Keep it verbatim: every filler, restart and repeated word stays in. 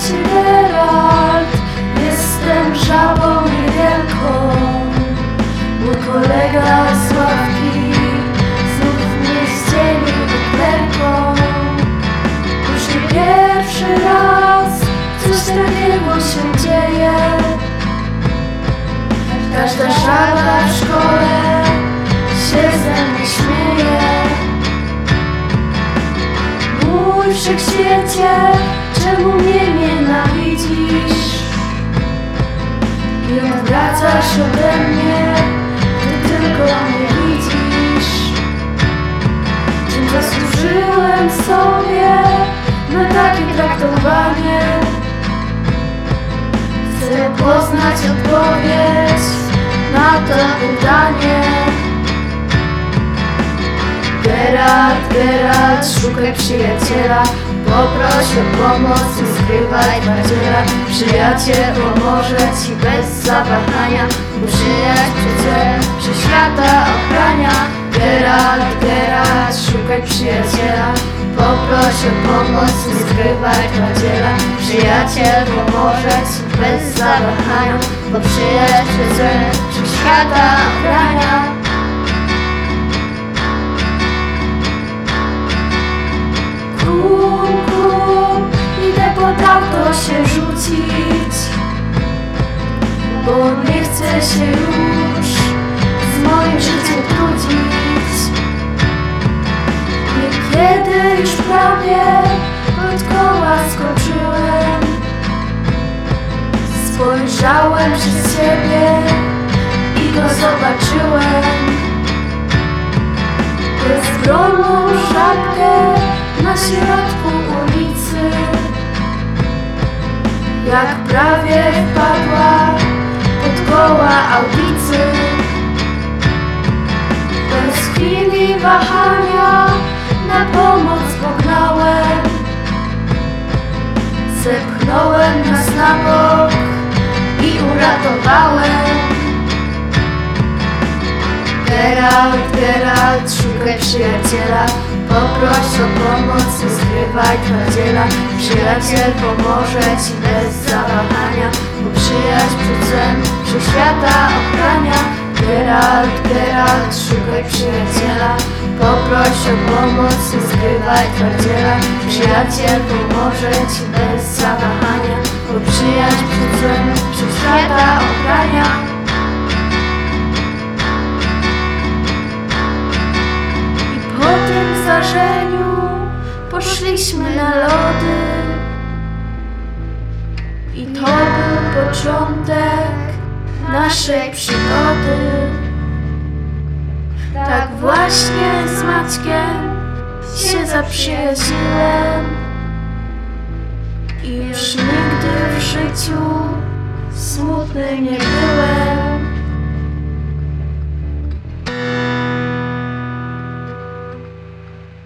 się Geralt, jestem żabą niewielką. Mój kolega z ławki znów mnie zdzielił wyklerką. Już nie pierwszy raz coś takiego się dzieje. Każda żaba w szkole się ze mnie śmieje. Mój wszechświecie, czemu mnie nienawidzisz i odwracasz ode mnie, gdy tylko mnie widzisz? Czym zasłużyłem sobie na takie traktowanie? Chcę poznać odpowiedź na to pytanie. Geralt, Geralt, szukaj przyjaciela, poproś o pomoc, nie skrywaj twardziela. Przyjaciel pomoże ci bez zawahania, bo przyjaźń przed wszechświata ochrania. Geralt, Geralt, szukaj przyjaciela, poproś o pomoc, nie skrywaj twardziela. Przyjaciel pomoże ci bez zawahania, bo przyjaźń przed wszechświata ochrania. Się rzucić, bo nie chcę się już z moim życiem trudzić. Niekiedy już prawie pod koła skoczyłem, spojrzałem przez siebie i go zobaczyłem. Bezbronną żabkę na środku ulicy, jak prawie wpadła pod koła audicy. Bez chwili wahania na pomoc pognałem, zepchnąłem nas na bok i uratowałem. Geralt, Geralt, szukaj przyjaciela, poproś o pomoc, nie skrywaj twardziela. Przyjaciel pomoże ci bez zawahania, bo przyjaźń przed złem wszechświata ochrania. Geralt, Geralt, szukaj przyjaciela, poproś o pomoc, nie skrywaj twardziela. Przyjaciel pomoże ci bez zawahania, bo przyjaźń przed złem wszechświata ochrania. W zdarzeniu poszliśmy na lody i to był początek naszej przygody. Tak właśnie z Maćkiem się zaprzyjaźniłem i już nigdy w życiu smutny nie byłem.